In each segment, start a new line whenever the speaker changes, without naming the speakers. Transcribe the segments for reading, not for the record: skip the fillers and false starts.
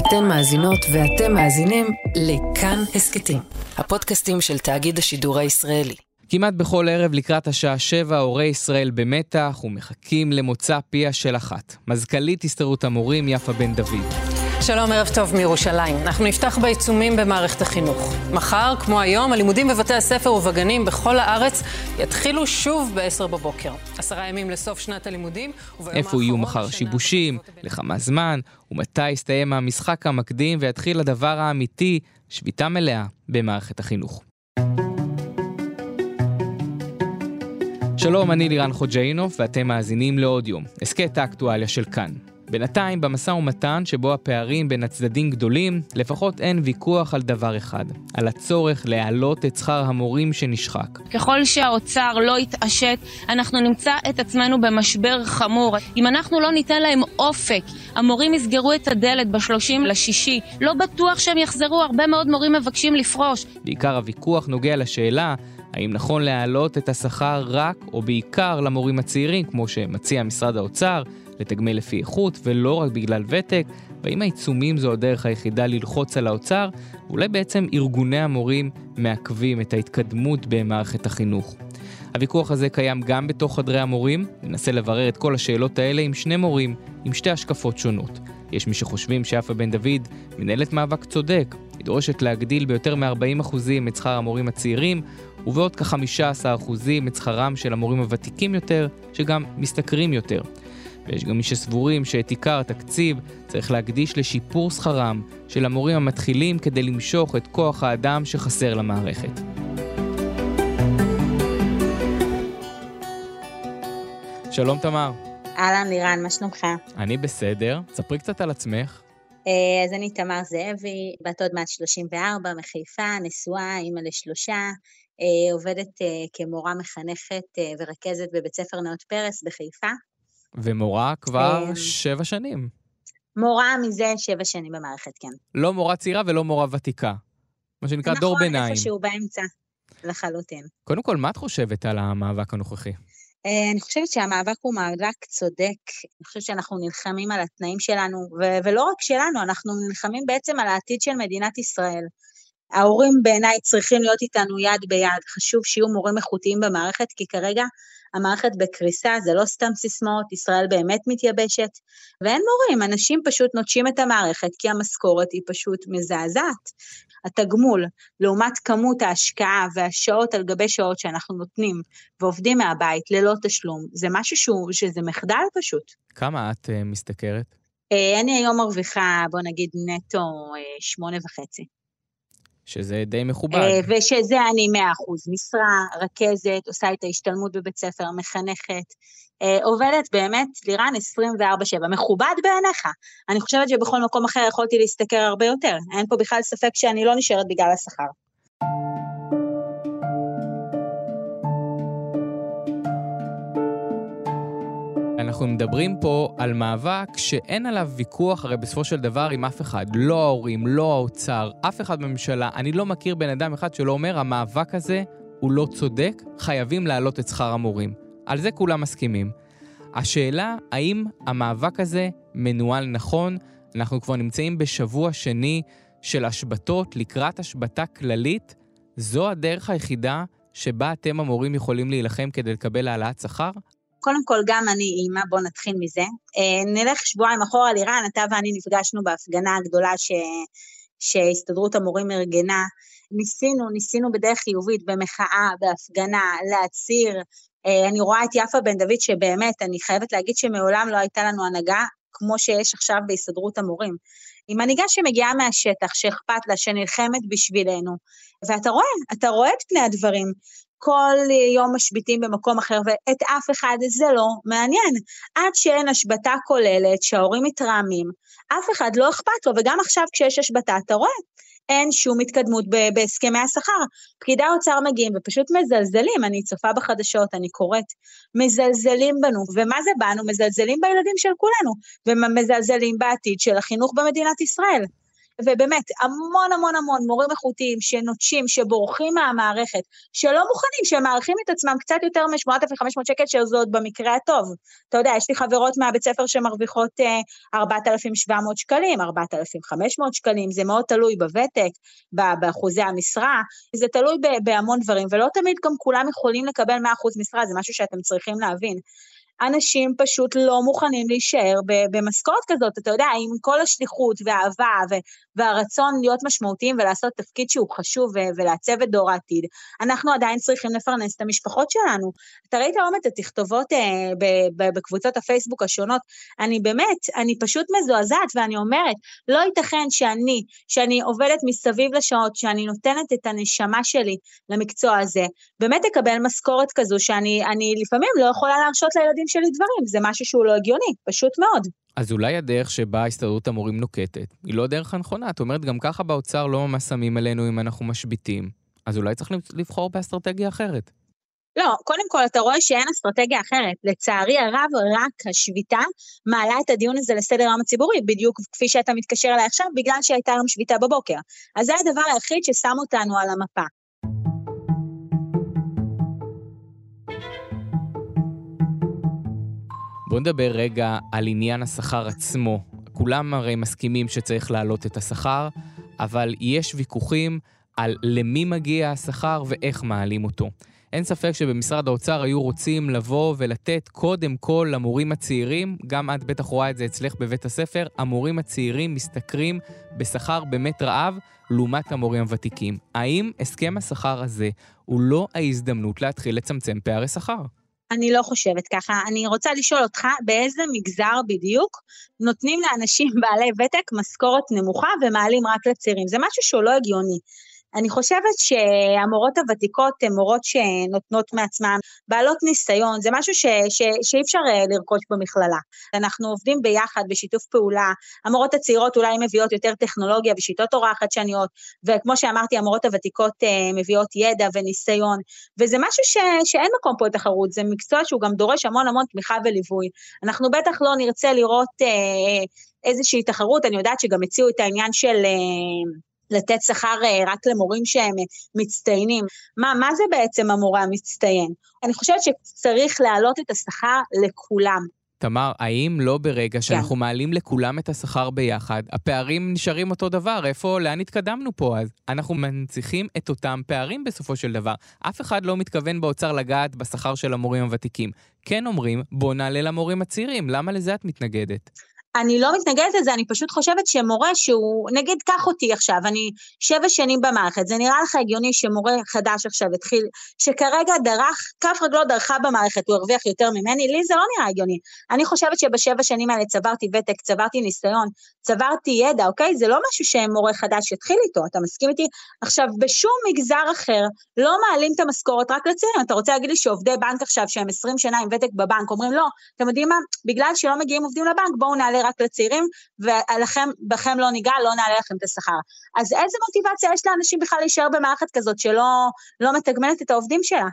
אתן מאזינות ואתם מאזינים לכאן הסקטים, הפודקאסטים של תאגיד השידור הישראלי.
כמעט בכל ערב לקראת השעה 7 הורי ישראל במתח ומחכים למוצא פיה של אחת. מזכ"לית הסתדרות המורים יפה בן דוד.
שלום, ערב טוב מירושלים. אנחנו נפתח בעיצומים במערכת החינוך. מחר, כמו היום, הלימודים בבתי הספר ובגנים בכל הארץ יתחילו שוב ב-10 בבוקר. 10 ימים לסוף שנת הלימודים.
איפה יהיו מחר שיבושים, לכמה זמן, ומתי יסתיים המשחק המקדים ויתחיל הדבר האמיתי, שביתה מלאה במערכת החינוך. שלום, אני לירן חוג'אינוף ואתם מאזינים לעוד יום. הסקט האקטואליה של כאן. בינתיים, במשא ומתן שבו הפערים בין הצדדים גדולים, לפחות אין ויכוח על דבר אחד, על הצורך להעלות את שכר המורים שנשחק.
ככל שהאוצר לא יתעשת, אנחנו נמצא את עצמנו במשבר חמור. אם אנחנו לא ניתן להם אופק, המורים יסגרו את הדלת ב-30/6. לא בטוח שהם יחזרו, הרבה מאוד מורים מבקשים לפרוש.
בעיקר הוויכוח נוגע לשאלה, האם נכון להעלות את השכר רק או בעיקר למורים הצעירים, כמו שמציע משרד האוצר, לתגמל לפי איכות ולא רק בגלל ותק, והאם העיצומים זו הדרך היחידה ללחוץ על האוצר, ואולי בעצם ארגוני המורים מעכבים את ההתקדמות במערכת החינוך. הוויכוח הזה קיים גם בתוך חדרי המורים, ננסה לברר את כל השאלות האלה עם שני מורים, עם שתי השקפות שונות. יש מי שחושבים שיפה בן דוד מנהלת מאבק צודק, היא דורשת להגדיל ביותר מ-40% את שכר המורים הצעירים, ובעוד כ-15% את שכרם של המורים הוותיקים יותר, שגם משתכרים יותר. ויש גם מי שסבורים שאת עיקר התקציב צריך להקדיש לשיפור שכרם של המורים המתחילים כדי למשוך את כוח האדם שחסר למערכת. שלום תמר.
אהלן לירן, מה שלומך?
אני בסדר. ספרי קצת על עצמך.
אז אני תמר זאבי, בת עוד מעט 34, מחיפה, נשואה, אמא ל3, עובדת כמורה מחנכת ורכזת בבית ספר נאות פרס בחיפה.
ומורה כבר 7 שנים.
מורה מזה 7 שנים במערכת, כן.
לא מורה צעירה ולא מורה ותיקה. מה שנקרא דור ביניים.
נכון, איפשהו באמצע, לחלוטין.
קודם כל, מה את חושבת על המאבק הנוכחי?
אני חושבת שהמאבק הוא מאבק צודק. אני חושבת שאנחנו נלחמים על התנאים שלנו, ולא רק שלנו, אנחנו נלחמים בעצם על העתיד של מדינת ישראל. ההורים בעיניי צריכים להיות איתנו יד ביד, חשוב שיהיו מורים איכותיים במערכת, כי כרגע המערכת בקריסה, זה לא סתם סיסמאות, ישראל באמת מתייבשת, ואין מורים, אנשים פשוט נוטשים את המערכת, כי המשכורת היא פשוט מזעזעת. התגמול, לעומת כמות ההשקעה והשעות על גבי שעות שאנחנו נותנים, ועובדים מהבית ללא תשלום, זה משהו שזה מחדל פשוט.
כמה את משתכרת?
אני היום מרוויחה, בוא נגיד נטו 8.5.
שזה די מכובד.
ושזה אני 100% משרה, רכזת, עושה את ההשתלמות בבית ספר, מחנכת, עובדת באמת לירן 24/7, מכובד בעיניך. אני חושבת שבכל מקום אחר יכולתי להסתכל הרבה יותר, אין פה בכלל ספק שאני לא נשארת בגלל השכר.
אנחנו מדברים פה על מאבק שאין עליו ויכוח, הרי בסופו של דבר עם אף אחד, לא ההורים, לא האוצר, אף אחד בממשלה. אני לא מכיר בן אדם אחד שלא אומר, המאבק הזה הוא לא צודק, חייבים להעלות את שכר המורים. על זה כולם מסכימים. השאלה, האם המאבק הזה מנוהל נכון? אנחנו כבר נמצאים בשבוע שני של השבתות, לקראת השבתה כללית. זו הדרך היחידה שבה אתם המורים יכולים להילחם כדי לקבל העלאת שכר?
קודם כל גם אני אימא, בוא נתחיל מזה. נלך שבועיים אחורה לירן, אתה ואני נפגשנו בהפגנה הגדולה שהסתדרות המורים ארגנה. ניסינו בדרך חיובית, במחאה, בהפגנה, להציר. אני רואה את יפה בן דוד שבאמת, אני חייבת להגיד שמעולם לא הייתה לנו הנהגה, כמו שיש עכשיו בהסתדרות המורים. היא מנהיגה שמגיעה מהשטח, שאכפת לה, שנלחמת בשבילנו. ואתה רואה את פני הדברים. כל יום משביתים במקום אחר, ואת אף אחד זה לא מעניין. עד שאין השבתה כוללת, שההורים מתרעמים, אף אחד לא אכפת לו, וגם עכשיו כשיש השבתה, אתה רואה, אין שום התקדמות בהסכמי השכר. פקידי האוצר מגיעים ופשוט מזלזלים, אני צופה בחדשות, אני קוראת, מזלזלים בנו, ומה זה בנו? מזלזלים בילדים של כולנו, ומזלזלים בעתיד של החינוך במדינת ישראל. ובאמת, המון המון המון מורים איכותיים שנוטשים, שבורחים מהמערכת, שלא מוכנים, שמערכים את עצמם קצת יותר מ-8,500 שקל, שזאת במקרה הטוב. אתה יודע, יש לי חברות מהבית ספר שמרוויחות 4,700 שקלים, 4,500 שקלים, זה מאוד תלוי בוותק, באחוזי המשרה, זה תלוי בהמון דברים, ולא תמיד גם כולם יכולים לקבל 100% משרה, זה משהו שאתם צריכים להבין. אנשים פשוט לא מוכנים להישאר במשכורת כזאת, אתה יודע, עם כל השליחות והאהבה והרצון להיות משמעותיים ולעשות תפקיד שהוא חשוב ולעצב את דור העתיד, אנחנו עדיין צריכים לפרנס את המשפחות שלנו. אתה ראית היום את התכתובות בקבוצות הפייסבוק השונות, אני פשוט מזועזעת ואני אומרת, לא ייתכן שאני עובדת מסביב לשעות, שאני נותנת את הנשמה שלי למקצוע הזה, באמת אקבל משכורת כזו שאני לפעמים לא יכולה להרשות לילדים שלי דברים, זה משהו שהוא לא הגיוני, פשוט מאוד.
אז אולי הדרך שבה הסתדרות המורים נוקטת, היא לא דרך הנכונה, את אומרת גם ככה באוצר לא ממש שמים עלינו אם אנחנו משביתים, אז אולי צריך לבחור באסטרטגיה אחרת.
לא, קודם כל אתה רואה שאין אסטרטגיה אחרת, לצערי הרב רק השביתה מעלה את הדיון הזה לסדר היום הציבורי, בדיוק כפי שאתה מתקשר אליי עכשיו, בגלל שהייתה היום שביתה בבוקר, אז זה הדבר היחיד ששם אותנו על המפה.
בואו נדבר רגע על עניין השכר עצמו. כולם הרי מסכימים שצריך להעלות את השכר, אבל יש ויכוחים על למי מגיע השכר ואיך מעלים אותו. אין ספק שבמשרד האוצר היו רוצים לבוא ולתת קודם כל למורים הצעירים, גם את בטח רואה את זה אצלך בבית הספר, המורים הצעירים משתכרים בשכר באמת רעב לעומת המורים הוותיקים. האם הסכם השכר הזה הוא לא ההזדמנות להתחיל לצמצם פערי שכר?
אני לא חושבת ככה, אני רוצה לשאול אותך באיזה מגזר בדיוק נותנים לאנשים בעלי ותק משכורת נמוכה ומעלים רק לצעירים, זה משהו שהוא לא הגיוני. אני חושבת שהמורות הוותיקות הן מורות שנותנות מעצמן, בעלות ניסיון, זה משהו שאי אפשר לרכוש במכללה. אנחנו עובדים ביחד בשיתוף פעולה, המורות הצעירות אולי מביאות יותר טכנולוגיה ושיטות הוראה חדשניות, וכמו שאמרתי, המורות הוותיקות מביאות ידע וניסיון, וזה משהו שאין מקום פה לתחרות, זה מקצוע שהוא גם דורש המון המון תמיכה וליווי. אנחנו בטח לא נרצה לראות איזושהי תחרות, אני יודעת שגם הציעו את העניין של לתת שכר רק למורים שהם מצטיינים. מה זה בעצם המורה המצטיין? אני חושבת שצריך להעלות את השכר לכולם.
תמר, האם לא ברגע שאנחנו מעלים לכולם את השכר ביחד, הפערים נשארים אותו דבר? לאן התקדמנו פה? אז אנחנו מנציחים את אותם פערים בסופו של דבר. אף אחד לא מתכוון באוצר לגעת בשכר של המורים הוותיקים. כן אומרים, בוא נעלה למורים הצעירים. למה לזה את מתנגדת?
אני לא מתנגדת לזה, אני פשוט חושבת שמורה שהוא, נגיד קח אותי עכשיו, אני 7 שנים במערכת, זה נראה לך הגיוני שמורה חדש עכשיו התחיל, שכרגע כף רגלו דרכה במערכת, הוא הרוויח יותר ממני, לי זה לא נראה הגיוני. אני חושבת שב7 שנים האלה צברתי ותק, צברתי ניסיון, צברתי ידע, אוקיי? זה לא משהו שמורה חדש יתחיל איתו, אתה מסכים איתי? עכשיו, בשום מגזר אחר לא מעלים את המשכורת רק לצעירים, אתה רוצה להגיד לי שעובדי בנק עכשיו, שהם 20 שנה עם ותק בבנק, אומרים לא, אתם יודעים מה? בגלל שלא מגיעים עובדים לבנק, בואו נעלה רק לצעירים, ובכם לא ניגע, לא נעלה לכם את השכר. אז איזה מוטיבציה יש לאנשים בכלל להישאר במערכת כזאת, שלא מתגמלת את העובדים שלה?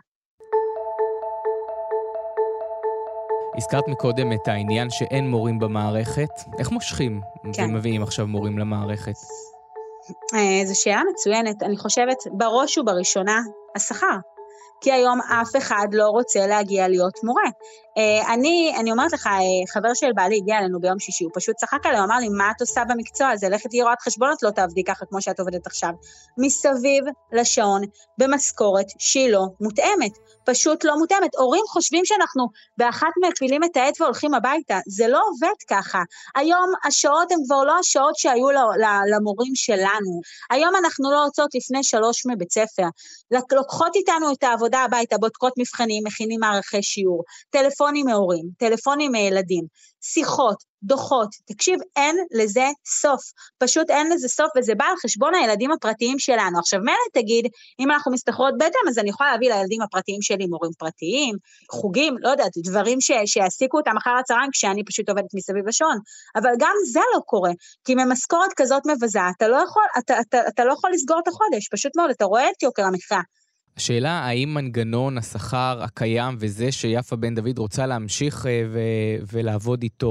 הזכרת מקודם את העניין שאין מורים במערכת. איך מושכים ומביאים עכשיו מורים למערכת?
זו שאלה מצוינת. אני חושבת בראש ובראשונה השכר. כי היום אף אחד לא רוצה להגיע להיות מורה. אני אומרת לך, חבר של בעלי הגיע אלינו ביום שישי, הוא פשוט צחק עליו, אמר לי, מה את עושה במקצוע הזה? לכת תהיי רואת חשבונות, לא תעבדי ככה כמו שאת עובדת עכשיו. מסביב לשעון, במשכורת שהיא לא מותאמת, פשוט לא מותאמת. הורים חושבים שאנחנו באחת מפילים את העט והולכים הביתה, זה לא עובד ככה. היום השעות הן כבר לא השעות שהיו למורים שלנו. היום אנחנו לא יוצאות לפני 3 מבית ספר, לוקחות איתנו את העבודה הביתה, בודקות מבחנים, מכינים מערכי שיעור, טלפונים מהורים, טלפונים מילדים, שיחות, דוחות, תקשיב, אין לזה סוף, פשוט אין לזה סוף, וזה בא על חשבון הילדים הפרטיים שלנו. עכשיו, מילא תגיד, אם אנחנו מסתכלות בהתאם, אז אני יכולה להביא לילדים הפרטיים שלי מורים פרטיים, חוגים, לא יודעת, דברים שיעסיקו אותם אחר הצהריים, כשאני פשוט עובדת מסביב לשעון, אבל גם זה לא קורה, כי ממשכורת כזאת מבזה, אתה לא יכול לסגור את החודש, פשוט מאוד, אתה רואה את יוקר המחיה.
השאלה, האם מנגנון השכר הקיים וזה שיפה בן דוד רוצה להמשיך ולעבוד איתו,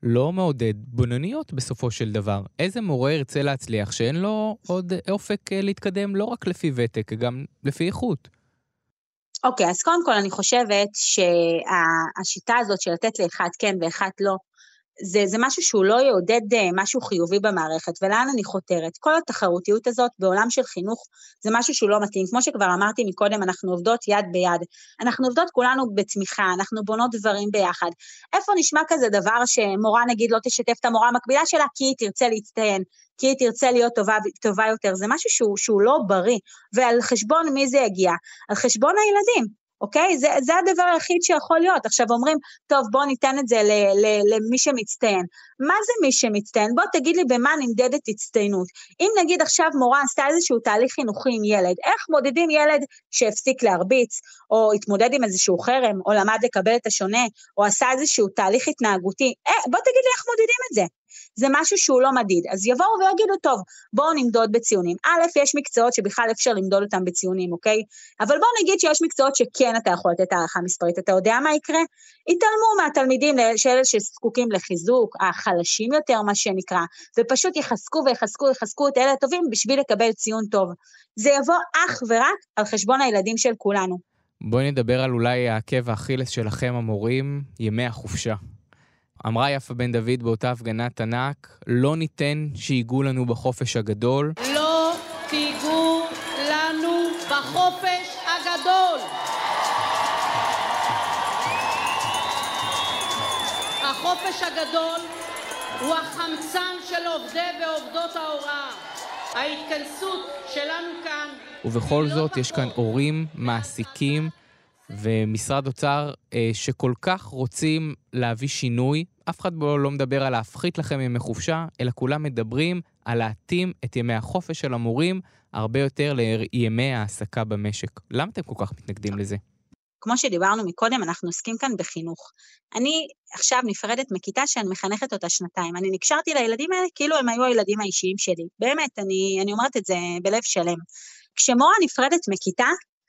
לא מעודד בונניות בסופו של דבר. איזה מורה ירצה להצליח שאין לו עוד אופק להתקדם לא רק לפי ותק, גם לפי איכות?
אוקיי, אז קודם כל אני חושבת שהשיטה הזאת של לתת לאחד כן ואחד לא, זה משהו שהוא לא יעודד משהו חיובי במערכת, ולאן אני חותרת? כל התחרותיות הזאת בעולם של חינוך, זה משהו שהוא לא מתאים. כמו שכבר אמרתי מקודם, אנחנו עובדות יד ביד, אנחנו עובדות כולנו בתמיכה, אנחנו בונות דברים ביחד. איפה נשמע כזה דבר שמורה נגיד לא תשתף את המורה המקבילה שלה, כי היא תרצה להצטיין, כי היא תרצה להיות טובה יותר, זה משהו שהוא לא בריא, ועל חשבון מי זה יגיע? על חשבון הילדים. אוקיי? זה הדבר היחיד שיכול להיות. עכשיו אומרים, טוב, בוא ניתן את זה למי שמצטיין. מה זה מי שמצטיין? בוא תגיד לי במה נמדדת הצטיינות. אם נגיד עכשיו מורה עשתה איזשהו תהליך חינוכי עם ילד, איך מודדים ילד שהפסיק להרביץ, או התמודד עם איזשהו חרם, או למד לקבל את השונה, או עשה איזשהו תהליך התנהגותי, בוא תגיד לי איך מודדים את זה. זה משהו שהוא לא מדיד, אז יבואו ויגידו, טוב, בואו נמדוד בציונים. א', יש מקצועות שבכלל אפשר למדוד אותם בציונים, אוקיי? אבל בואו נגיד שיש מקצועות שכן אתה יכול לתת הערכה מספרית, אתה יודע מה יקרה? יתעלמו מהתלמידים שאלה שזקוקים לחיזוק, החלשים יותר מה שנקרא, ופשוט יחזקו את אלה הטובים בשביל לקבל ציון טוב. זה יבוא אך ורק על חשבון הילדים של כולנו.
בואי נדבר על אולי העקב האכילס שלכם המורים, ימי החופשה. אמרה יפה בן דוד באותה הפגנת ענק, לא ניתן שיגעו לנו בחופש הגדול.
לא תיגעו לנו בחופש הגדול. החופש הגדול הוא החמצן של עובדי ועובדות ההוראה. ההתכנסות שלנו כאן...
ובכל זאת יש כאן הורים, מעסיקים ומשרד אוצר שכל כך רוצים להביא שינוי. אף אחד לא מדבר על להפחית לכם ימי חופשה, אלא כולם מדברים על להתאים את ימי החופש של המורים הרבה יותר לימי העסקה במשק. למה אתם כל כך מתנגדים לזה?
כמו שדיברנו מקודם, אנחנו עוסקים כאן בחינוך. אני עכשיו נפרדת מכיתה שאני מחנכת אותה שנתיים. אני נקשרתי לילדים האלה כאילו הם היו הילדים האישיים שלי. באמת, אני אומרת את זה בלב שלם. כשמורה נפרדת מכיתה,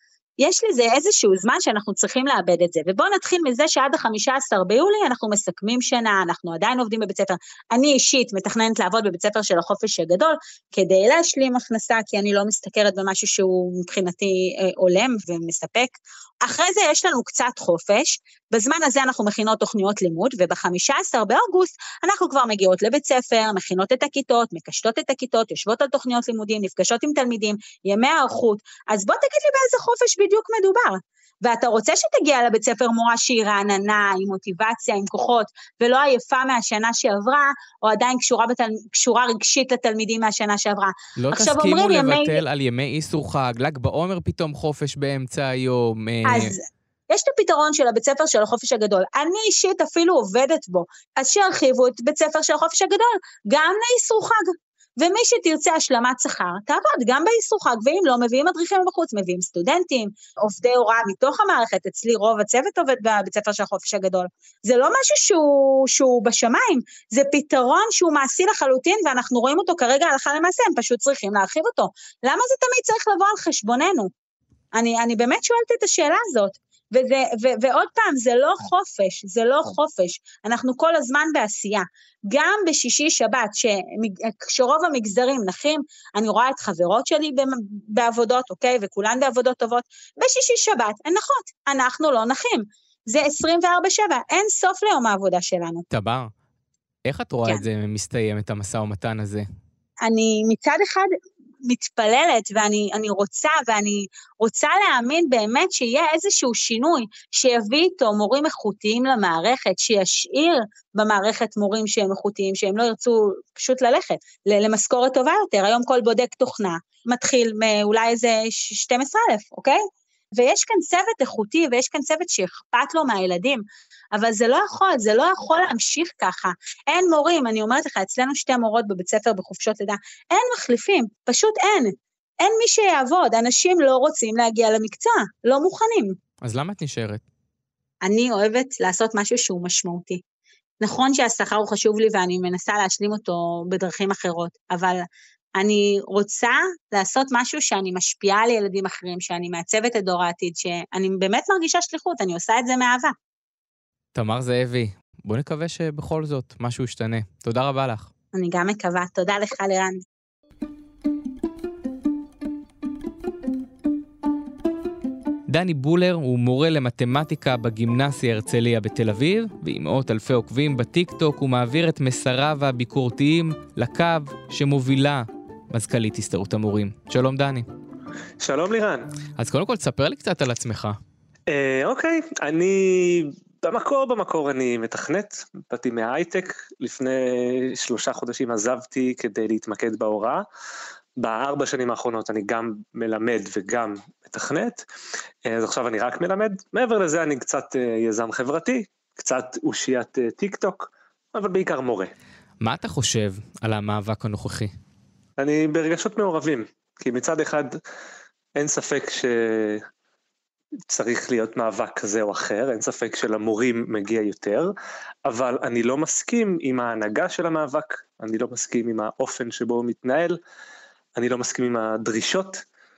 יש לזה איזשהו זמן שאנחנו צריכים לאבד את זה, ובואו נתחיל מזה שעד ה-15 ביולי אנחנו מסכמים שנה, אנחנו עדיין עובדים בבית ספר, אני אישית מתכננת לעבוד בבית ספר של החופש הגדול, כדי להשלים הכנסה, כי אני לא מסתכרת במשהו שהוא מבחינתי עולם ומספק. אחרי זה יש לנו קצת חופש, בזמן הזה אנחנו מכינות תוכניות לימוד, וב-15 באוגוסט אנחנו כבר מגיעות לבית ספר, מכינות את הכיתות, מקשטות את הכיתות, יושבות על תוכניות לימודים, נפגשות עם תלמידים, ימי הערכות, אז בוא תגיד לי באיזה חופש בדיוק מדובר. ואתה רוצה שתגיע לבית ספר מורה שהיא רעננה, עם מוטיבציה, עם כוחות, ולא עייפה מהשנה שעברה, או עדיין קשורה רגשית לתלמידים מהשנה שעברה.
לא תסכימו לבטל על ימי איסור חג, ל"ג בעומר פתאום חופש באמצע היום.
אז יש את הפתרון של הבית ספר של החופש הגדול. אני אישית אפילו עובדת בו, אז שירחיבו את בית ספר של החופש הגדול, גם לאיסור חג. ומי שתרצה השלמת שכר, תעבוד גם באיסור חג, ואם לא, מביאים מדריכים בחוץ, מביאים סטודנטים, עובדי הוראה מתוך המערכת, אצלי רוב הצוות עובד בבית ספר של החופש הגדול. זה לא משהו שהוא בשמיים, זה פתרון שהוא מעשי לחלוטין, ואנחנו רואים אותו כרגע הלכה למעשה, הם פשוט צריכים להרחיב אותו. למה זה תמיד צריך לבוא על חשבוננו? אני באמת שואלת את השאלה הזאת. ועוד פעם, זה לא חופש, אנחנו כל הזמן בעשייה, גם בשישי שבת, כשרוב המגזרים נחים, אני רואה את חברות שלי בעבודות, אוקיי, וכולן בעבודות טובות, בשישי שבת, הן נחות, אנחנו לא נחים, זה 24/7, אין סוף ליום העבודה שלנו.
תמר, איך את רואה את זה מסתיים, את המשא ומתן הזה?
אני מצד אחד מתפללת, ואני רוצה להאמין באמת שיהיה איזשהו שינוי, שיביא איתו מורים איכותיים למערכת, שישאיר במערכת מורים שהם איכותיים, שהם לא ירצו פשוט ללכת, למשכורת טובה יותר. היום כל בודק תוכנה מתחיל מאולי איזה 12,000, אוקיי? ויש כאן צוות איכותי, ויש כאן צוות שאכפת לו מהילדים, אבל זה לא יכול להמשיך ככה. אין מורים, אני אומרת לך, אצלנו 2 מורות בבית ספר בחופשות לידה, אין מחליפים, פשוט אין מי שיעבוד, אנשים לא רוצים להגיע למקצוע, לא מוכנים.
אז למה את נשארת?
אני אוהבת לעשות משהו שהוא משמעותי. נכון שהשכר הוא חשוב לי, ואני מנסה להשלים אותו בדרכים אחרות, אבל אני רוצה לעשות משהו שאני משפיעה על ילדים אחרים, שאני מעצבת את דור העתיד, שאני באמת מרגישה שליחות, אני עושה את זה מאהבה.
תמר זאבי, בוא נקווה שבכל זאת משהו ישתנה. תודה רבה לך.
אני גם מקווה. תודה לך, לירן.
דני בולר הוא מורה למתמטיקה בגימנסיה הרצליה בתל אביב, ועם מאות אלפי עוקבים בטיק טוק הוא מעביר את מסריו הביקורתיים לקו שמובילה מזכ"לית הסתדרות המורים. שלום דני.
שלום לירן.
אז קודם כל תספר לי קצת על עצמך.
אוקיי, אני במקור אני מתכנת, באתי מההייטק, לפני 3 חודשים עזבתי כדי להתמקד בהוראה, ב4 שנים האחרונות אני גם מלמד וגם מתכנת, אז עכשיו אני רק מלמד, מעבר לזה אני קצת יזם חברתי, קצת אושיית טיק טוק, אבל בעיקר מורה.
מה אתה חושב על המאבק הנוכחי?
אני ברגשות מעורבים, כי מצד אחד אין ספק שצריך להיות מאבק כזה או אחר, אין ספק שלמורים מגיע יותר, אבל אני לא מסכים עם ההנהגה של המאבק, אני לא מסכים עם האופן שבו הוא מתנהל, אני לא מסכים עם הדרישות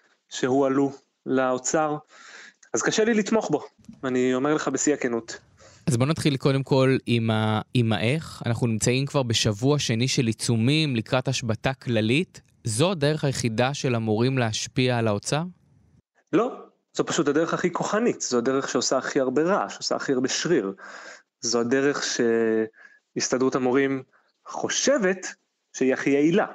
שהועלו לאוצר, אז קשה לי לתמוך בו, אני אומר לך בשיא הכנות.
אז בוא נתחיל קודם כל עם האיך. אנחנו נמצאים כבר בשבוע שני של עיצומים לקראת השבתה כללית. זו הדרך היחידה של המורים להשפיע על האוצר?
לא, זו פשוט הדרך הכי כוחנית, זו הדרך שעושה הכי הרבה רעש, שעושה הכי הרבה שריר. זו הדרך שהסתדרות המורים חושבת שהיא הכי יעילה,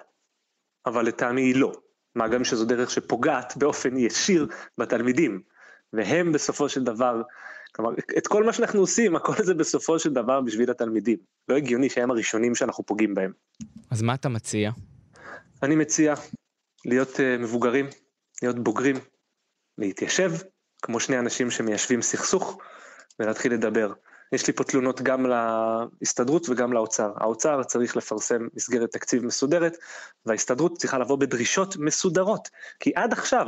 אבל לטעמי היא לא. מה גם שזו דרך שפוגעת באופן ישיר בתלמידים, והם בסופו של דבר, כלומר, את כל מה שאנחנו עושים, הכל זה בסופו של דבר בשביל התלמידים. לא הגיוני שהם הראשונים שאנחנו פוגעים בהם.
אז מה אתה מציע?
אני מציע להיות מבוגרים, להיות בוגרים, להתיישב, כמו שני אנשים שמיישבים סכסוך, ולהתחיל לדבר. יש לי פה תלונות גם להסתדרות וגם לאוצר. האוצר צריך לפרסם מסגרת תקציב מסודרת, וההסתדרות צריכה לבוא בדרישות מסודרות, כי עד עכשיו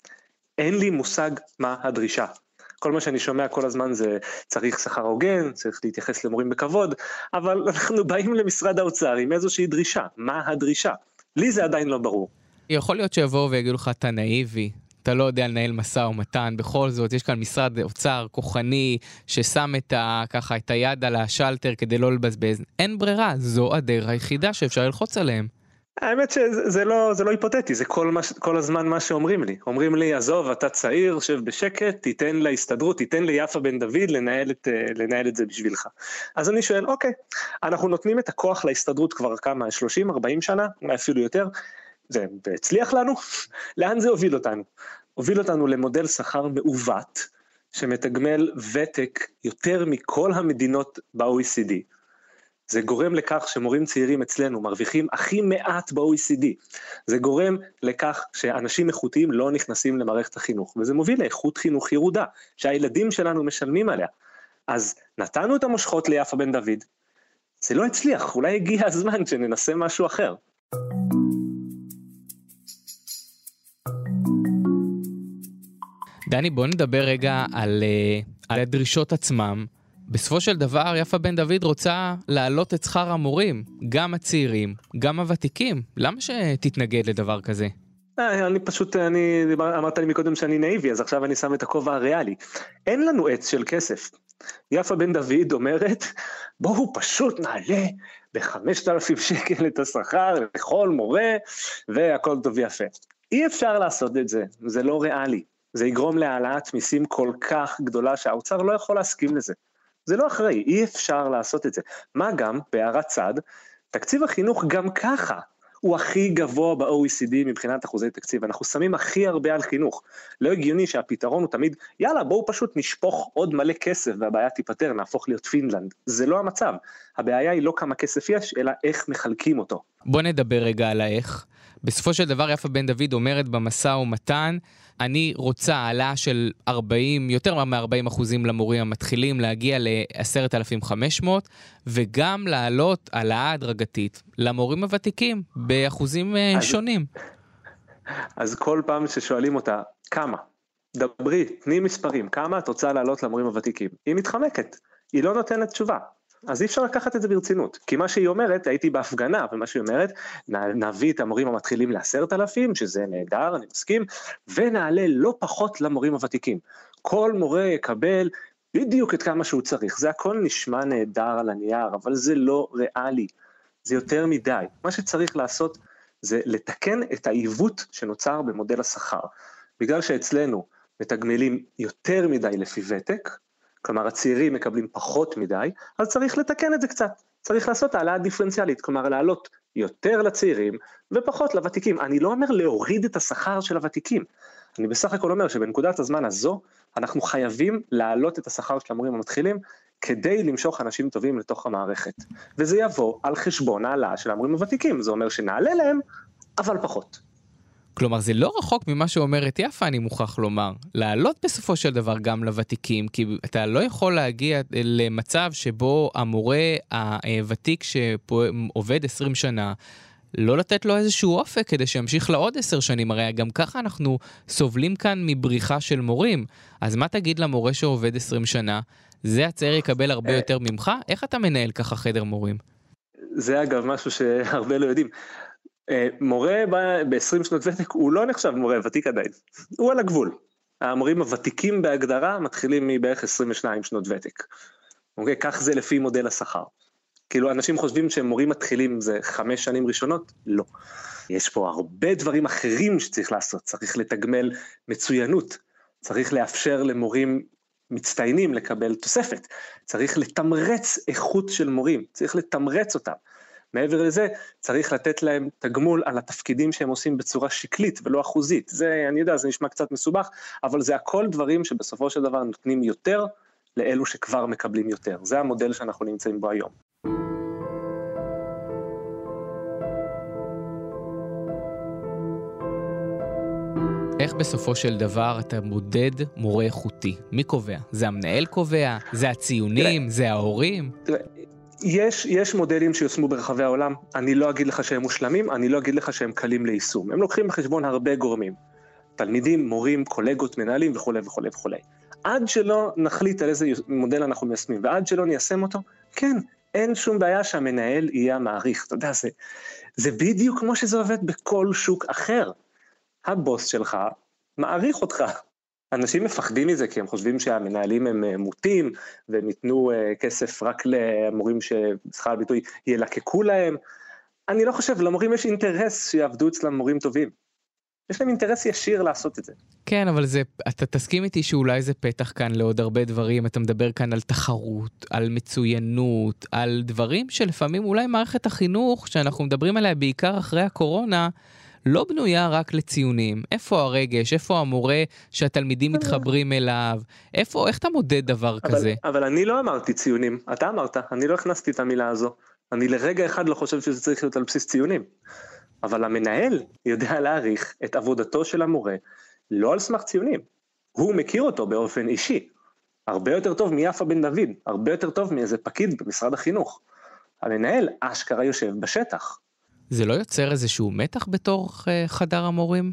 אין לי מושג מה הדרישה. כל מה שאני שומע כל הזמן זה צריך שכר הוגן, צריך להתייחס למורים בכבוד, אבל אנחנו באים למשרד האוצר עם איזושהי דרישה. מה הדרישה? לי זה עדיין לא ברור.
יכול להיות שיבואו ויגידו לך, אתה נאיבי, אתה לא יודע לנהל משא ומתן, בכל זאת יש כאן משרד אוצר כוחני, ששם ככה את היד על השלטר כדי לא לבזבז. אין ברירה, זו הדרך היחידה שאפשר ללחוץ עליהם.
האמת שזה לא היפותטי, זה כל הזמן מה שאומרים לי. אומרים לי, עזוב, אתה צעיר, שב בשקט, תיתן להסתדרות, תיתן ליפה בן דוד לנהל את זה בשבילך. אז אני שואל, אוקיי, אנחנו נותנים את הכוח להסתדרות כבר כמה, 30-40 שנה, אולי אפילו יותר, זה הצליח לנו? לאן זה הוביל אותנו? הוביל אותנו למודל שכר מעוות, שמתגמל ותק יותר מכל המדינות ב-OECD. זה גורם לכך שמורים צעירים אצלנו מרוויחים הכי מעט ב-OECD. זה גורם לכך שאנשים איכותיים לא נכנסים למערכת החינוך, וזה מוביל לאיכות חינוך ירודה, שהילדים שלנו משלמים עליה. אז נתנו את המושכות ליפה בן דוד, זה לא הצליח, אולי הגיע הזמן שננסה משהו אחר.
דני, בוא נדבר רגע על הדרישות עצמם. בסופו של דבר, יפה בן דוד רוצה להעלות את שכר המורים, גם הצעירים, גם הוותיקים. למה שתתנגד לדבר כזה?
אמרת לי מקודם שאני נאיבי, אז עכשיו אני שם את הכובע הריאלי. אין לנו עץ של כסף. יפה בן דוד אומרת, בואו פשוט נעלה ב5,000 שקל את השכר לכל מורה, והכל טוב יפה. אי אפשר לעשות את זה, זה לא ריאלי. זה יגרום להעלאת מיסים כל כך גדולה שהאוצר לא יכול להסכים לזה. זה לא אחראי, אי אפשר לעשות את זה. מה גם, בהערת צד, תקציב החינוך גם ככה, הוא הכי גבוה ב-OECD מבחינת אחוזי תקציב, אנחנו שמים הכי הרבה על חינוך. לא הגיוני שהפתרון הוא תמיד, יאללה, בואו פשוט נשפוך עוד מלא כסף, והבעיה תיפטר, נהפוך להיות פינלנד. זה לא המצב. הבעיה היא לא כמה כסף יש, אלא איך מחלקים אותו.
בוא נדבר רגע על האיך. בסופו של דבר יפה בן דוד אומרת במשא ומתן, אני רוצה העלאה של יותר מ-40% למורים המתחילים להגיע ל10,500, וגם להעלות העלאה הדרגתית למורים הוותיקים באחוזים שונים.
אז כל פעם ששואלים אותה, כמה? דברי, תני מספרים, כמה את רוצה להעלות למורים הוותיקים? היא מתחמקת, היא לא נותנת תשובה. אז אי אפשר לקחת את זה ברצינות, כי מה שהיא אומרת, הייתי בהפגנה, ומה שהיא אומרת, נביא את המורים המתחילים ל10,000, שזה נהדר, אני מסכים, ונעלה לא פחות למורים הוותיקים. כל מורה יקבל בדיוק את כמה שהוא צריך. זה הכל נשמע נהדר על הנייר, אבל זה לא ריאלי. זה יותר מדי. מה שצריך לעשות זה לתקן את העיוות שנוצר במודל השכר. בגלל שאצלנו מתגמלים יותר מדי לפי ותק, כלומר הצעירים מקבלים פחות מדי, אז צריך לתקן את זה קצת. צריך לעשות העלאה דיפרנציאלית, כלומר לעלות יותר לצעירים ופחות לוותיקים. אני לא אומר להוריד את השכר של הוותיקים, אני בסך הכל אומר שבנקודת הזמן הזו, אנחנו חייבים להעלות את השכר של המורים המתחילים, כדי למשוך אנשים טובים לתוך המערכת. וזה יבוא על חשבון העלאה של המורים הוותיקים, זה אומר שנעלה להם, אבל פחות.
כלומר, זה לא רחוק ממה שאומרת יפה, אני מוכרח לומר. לעלות בסופו של דבר גם לוותיקים, כי אתה לא יכול להגיע למצב שבו המורה הוותיק שעובד 20 שנה, לא לתת לו איזשהו אופק כדי שימשיך לעוד 10 שנים, הרי גם ככה אנחנו סובלים כאן מבריחה של מורים. אז מה תגיד למורה שעובד 20 שנה? זה הצעיר יקבל הרבה יותר ממך? איך אתה מנהל ככה חדר מורים?
זה אגב משהו שהרבה לא יודעים. מורה ב-20 שנות ותק הוא לא נחשב מורה ותיק עדיין, הוא על הגבול. המורים הוותיקים בהגדרה מתחילים מבערך 22 שנות ותק. אוקיי, כך זה לפי מודל השכר. כאילו אנשים חושבים שהם מורים מתחילים זה 5 שנים ראשונות? לא. יש פה הרבה דברים אחרים שצריך לעשות, צריך לתגמל מצוינות, צריך לאפשר למורים מצטיינים לקבל תוספת, צריך לתמרץ איכות של מורים, צריך לתמרץ אותם. מעבר לזה, צריך לתת להם תגמול על התפקידים שהם עושים בצורה שקלית ולא אחוזית. זה, אני יודע, זה נשמע קצת מסובך, אבל זה הכל דברים שבסופו של דבר נותנים יותר לאלו שכבר מקבלים יותר. זה המודל שאנחנו נמצאים בו היום.
איך בסופו של דבר אתה מודד מורה איכותי? מי קובע? זה המנהל קובע? זה הציונים? זה ההורים?
יש מודלים שיושמו ברחבי העולם, אני לא אגיד לך שהם מושלמים, אני לא אגיד לך שהם קלים ליישום. הם לוקחים בחשבון הרבה גורמים. תלמידים, מורים, קולגות, מנהלים וכו' וכו' וכו'. עד שלא נחליט על איזה מודל אנחנו מיישמים, ועד שלא ניישם אותו, כן, אין שום בעיה שהמנהל יהיה המעריך. אתה יודע, זה בדיוק כמו שזה עובד בכל שוק אחר. הבוס שלך מעריך אותך. אנשים מפחדים מזה כי הם חושבים שהמנהלים הם מוטים, והם ייתנו כסף רק למורים ששכר הביטוי ילקקו להם. אני לא חושב, למורים יש אינטרס שיעבדו אצלם מורים טובים. יש להם אינטרס ישיר לעשות את זה.
כן, אבל אתה תסכים איתי שאולי זה פתח כאן לעוד הרבה דברים, אתה מדבר כאן על תחרות, על מצוינות, על דברים שלפעמים אולי מערכת החינוך, שאנחנו מדברים עליה בעיקר אחרי הקורונה, לא בנויה רק לציונים. איפה הרגש? איפה המורה שהתלמידים מתחברים אליו? איך אתה מודד דבר כזה?
אבל אני לא אמרתי ציונים. אתה אמרת, אני לא הכנסתי את המילה הזו. אני לרגע אחד לא חושב שזה צריך להיות על בסיס ציונים. אבל המנהל יודע להעריך את עבודתו של המורה, לא על סמך ציונים. הוא מכיר אותו באופן אישי. הרבה יותר טוב מיפה בן דוד, הרבה יותר טוב מאיזה פקיד במשרד החינוך. המנהל אשכרה יושב בשטח.
זה לא יוצר איזשהו מתח בתור חדר המורים?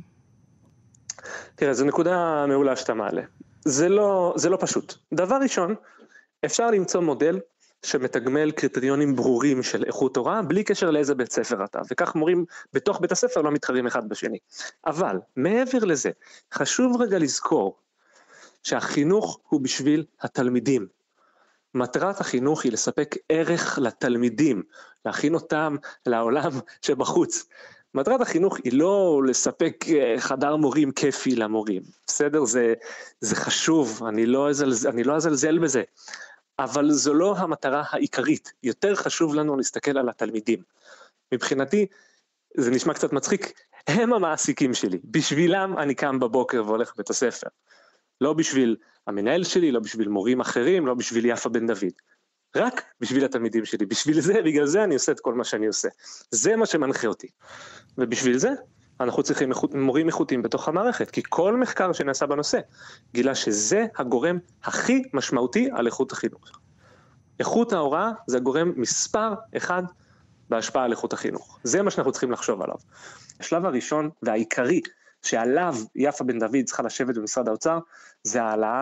תראה, זו נקודה מעולה שאתה מעלה. זה לא פשוט. דבר ראשון, אפשר למצוא מודל שמתגמל קריטריונים ברורים של איכות הוראה, בלי קשר לאיזה בית ספר אתה, וכך מורים בתוך בית הספר לא מתחרים אחד בשני. אבל מעבר לזה, חשוב רגע לזכור שהחינוך הוא בשביל התלמידים. מטרת החינוך היא לספק ערך לתלמידים, להכין אותם לעולם שבחוץ. מטרת החינוך היא לא לספק חדר מורים כיפי למורים. בסדר? זה חשוב, אני לא אזלזל בזה. אבל זו לא המטרה העיקרית. יותר חשוב לנו להסתכל על התלמידים. מבחינתי, זה נשמע קצת מצחיק, הם המעסיקים שלי. בשבילם אני קם בבוקר והולך בית הספר. לא בשביל המנהל שלי, לא בשביל מורים אחרים, לא בשביל יפה בן דוד. רק בשביל התלמידים שלי. בגלל זה אני עושה את כל מה שאני עושה. זה מה שמנחה אותי. ובשביל זה אנחנו צריכים מורים איכותיים בתוך המערכת, כי כל מחקר שנעשה בנושא גילה שזה הגורם הכי משמעותי על איכות החינוך. איכות ההוראה זה הגורם מספר אחד בהשפעה על איכות החינוך. זה מה שאנחנו צריכים לחשוב עליו. השלב הראשון והעיקרי שעליו יפה בן דוד צריכה לשבת במשרד האוצר, זה העלאה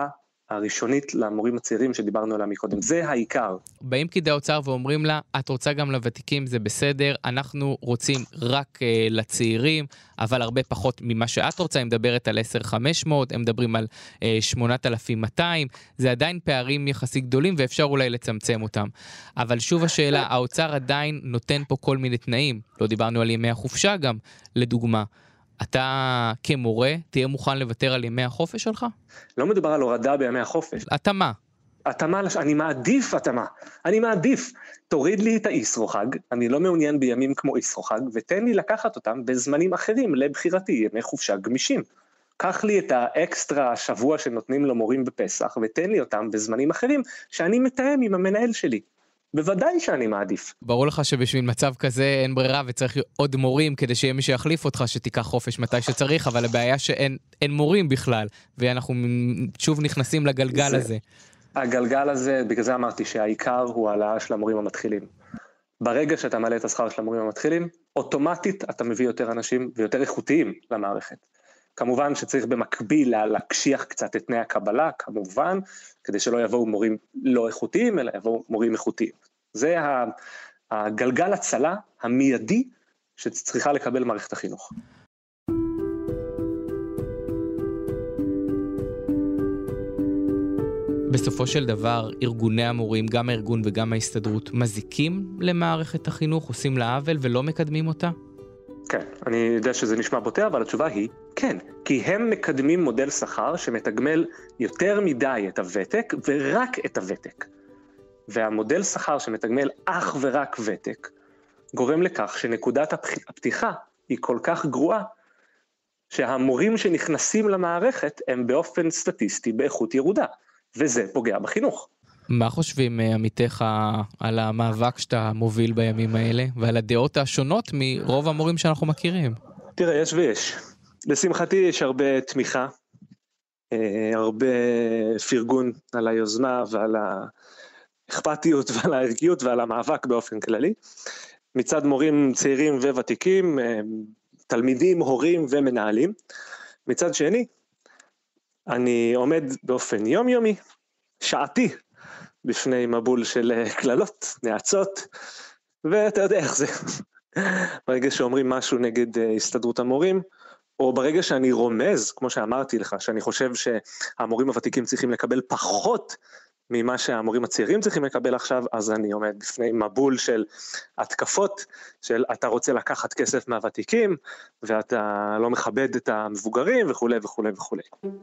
הראשונית למורים הצעירים שדיברנו עליה מקודם. זה העיקר.
באים פקידי האוצר ואומרים לה, את רוצה גם לוותיקים, זה בסדר, אנחנו רוצים רק לצעירים, אבל הרבה פחות ממה שאת רוצה, היא מדברת על 10,500, הם מדברים על 8,200, זה עדיין פערים יחסית גדולים, ואפשר אולי לצמצם אותם. אבל שוב השאלה, האוצר עדיין נותן פה כל מיני תנאים, לא דיברנו על ימי החופשה גם, לדוגמה. אתה כמורה תהיה מוכן לוותר על ימי החופש שלך?
לא מדובר על הורדה בימי החופש.
התאמה.
אני מעדיף התאמה. אני מעדיף. תוריד לי את הישרוחג, אני לא מעוניין בימים כמו ישרוחג, ותן לי לקחת אותם בזמנים אחרים לבחירתי, ימי חופשה גמישים. קח לי את האקסטרה שבוע שנותנים למורים בפסח, ותן לי אותם בזמנים אחרים שאני מתאם עם המנהל שלי. בוודאי שאני מעדיף.
ברור לך שבשביל מצב כזה אין ברירה וצריך עוד מורים כדי שיהיה מי שיחליף אותך שתיקח חופש מתי שצריך, אבל הבעיה שאין מורים בכלל, ואנחנו שוב נכנסים לגלגל הזה.
הגלגל הזה, בגלל זה אמרתי שהעיקר הוא העלאה של המורים המתחילים. ברגע שאתה מעלה את השכר של המורים המתחילים, אוטומטית אתה מביא יותר אנשים ויותר איכותיים למערכת. כמובן שצריך במקביל להקשיח קצת את תנאי הקבלה, כמובן, כדי שלא יבואו מורים לא איכותיים, אלא יבואו מורים איכותיים. זה הגלגל הצלה המיידי שצריכה לקבל מערכת החינוך.
בסופו של דבר, ארגוני המורים, גם הארגון וגם ההסתדרות, מזיקים למערכת החינוך, עושים לה עוול ולא מקדמים אותה?
כן, אני יודע שזה נשמע בוטה, אבל התשובה היא כן, כי הם מקדמים מודל שכר שמתגמל יותר מדי את הוותק ורק את הוותק. והמודל שכר שמתגמל אך ורק ותק, גורם לכך שנקודת הפתיחה היא כל כך גרועה, שהמורים שנכנסים למערכת הם באופן סטטיסטי באיכות ירודה, וזה פוגע בחינוך.
מה חושבים עמיתיך על המאבק שאתה מוביל בימים האלה, ועל הדעות השונות מרוב המורים שאנחנו מכירים?
תראה, יש ויש. לשמחתי יש הרבה תמיכה, הרבה פרגון על היוזמה ועל האכפתיות ועל הערכיות ועל המאבק באופן כללי. מצד מורים צעירים וותיקים, תלמידים, הורים ומנהלים. מצד שני, אני עומד באופן יומיומי, שעתי, בפני מבול של כללות, נעצות, ואתה יודע איך זה. ברגע שאומרים משהו נגד הסתדרות המורים, או ברגע שאני רומז, כמו שאמרתי לך, שאני חושב שהמורים הוותיקים צריכים לקבל פחות ממה שהמורים הצעירים צריכים לקבל עכשיו, אז אני עומד בפני מבול של התקפות, של אתה רוצה לקחת כסף מהוותיקים, ואתה לא מכבד את המבוגרים וכו' וכו' וכו'.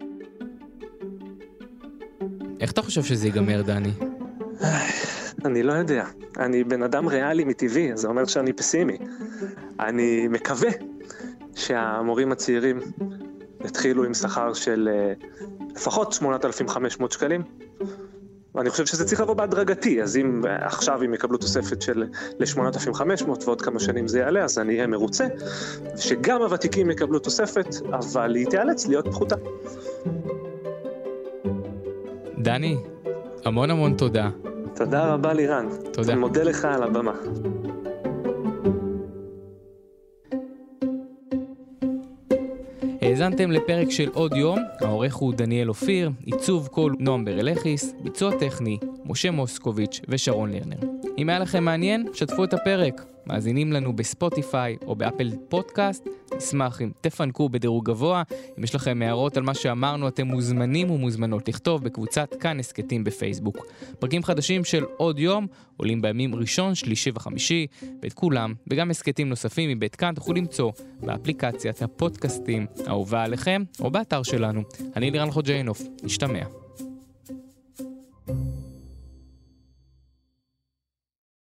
איך אתה חושב שזה ייגמר, דני?
אני לא יודע. אני בן אדם ריאלי מטבעי, זה אומר שאני פסימי. אני מקווה שהמורים הצעירים יתחילו עם שכר של לפחות 8,500 שקלים. ואני חושב שזה צריך לבוא בהדרגתי, אז אם עכשיו הם יקבלו תוספת של ל-8,500 ועוד כמה שנים זה יעלה, אז אני אהיה מרוצה, שגם הוותיקים יקבלו תוספת, אבל היא תיאלץ להיות פחותה.
דני, המון תודה.
תודה רבה לירן.
תודה.
אני מודה לך על הבמה.
האזנתם לפרק של עוד יום, העורך הוא דניאל אופיר, עיצוב קול נועם ברלכיס, ביצוע טכני, משה מוסקוביץ' ושרון לרנר. אם היה לכם מעניין, שתפו את הפרק. מאזינים לנו בספוטיפיי או באפל פודקאסט, נשמח אם תפנקו בדירוג גבוה. אם יש לכם הערות על מה שאמרנו, אתם מוזמנים ומוזמנות לכתוב בקבוצת כאן הסקטים בפייסבוק. פרקים חדשים של עוד יום עולים בימים ראשון, שלישי וחמישי, ואת כולם וגם הסקטים נוספים מבית כאן תוכלו למצוא באפליקציית הפודקאסטים האהובה עליכם או באתר שלנו. אני לירן חוג'יינוף, נשתמע.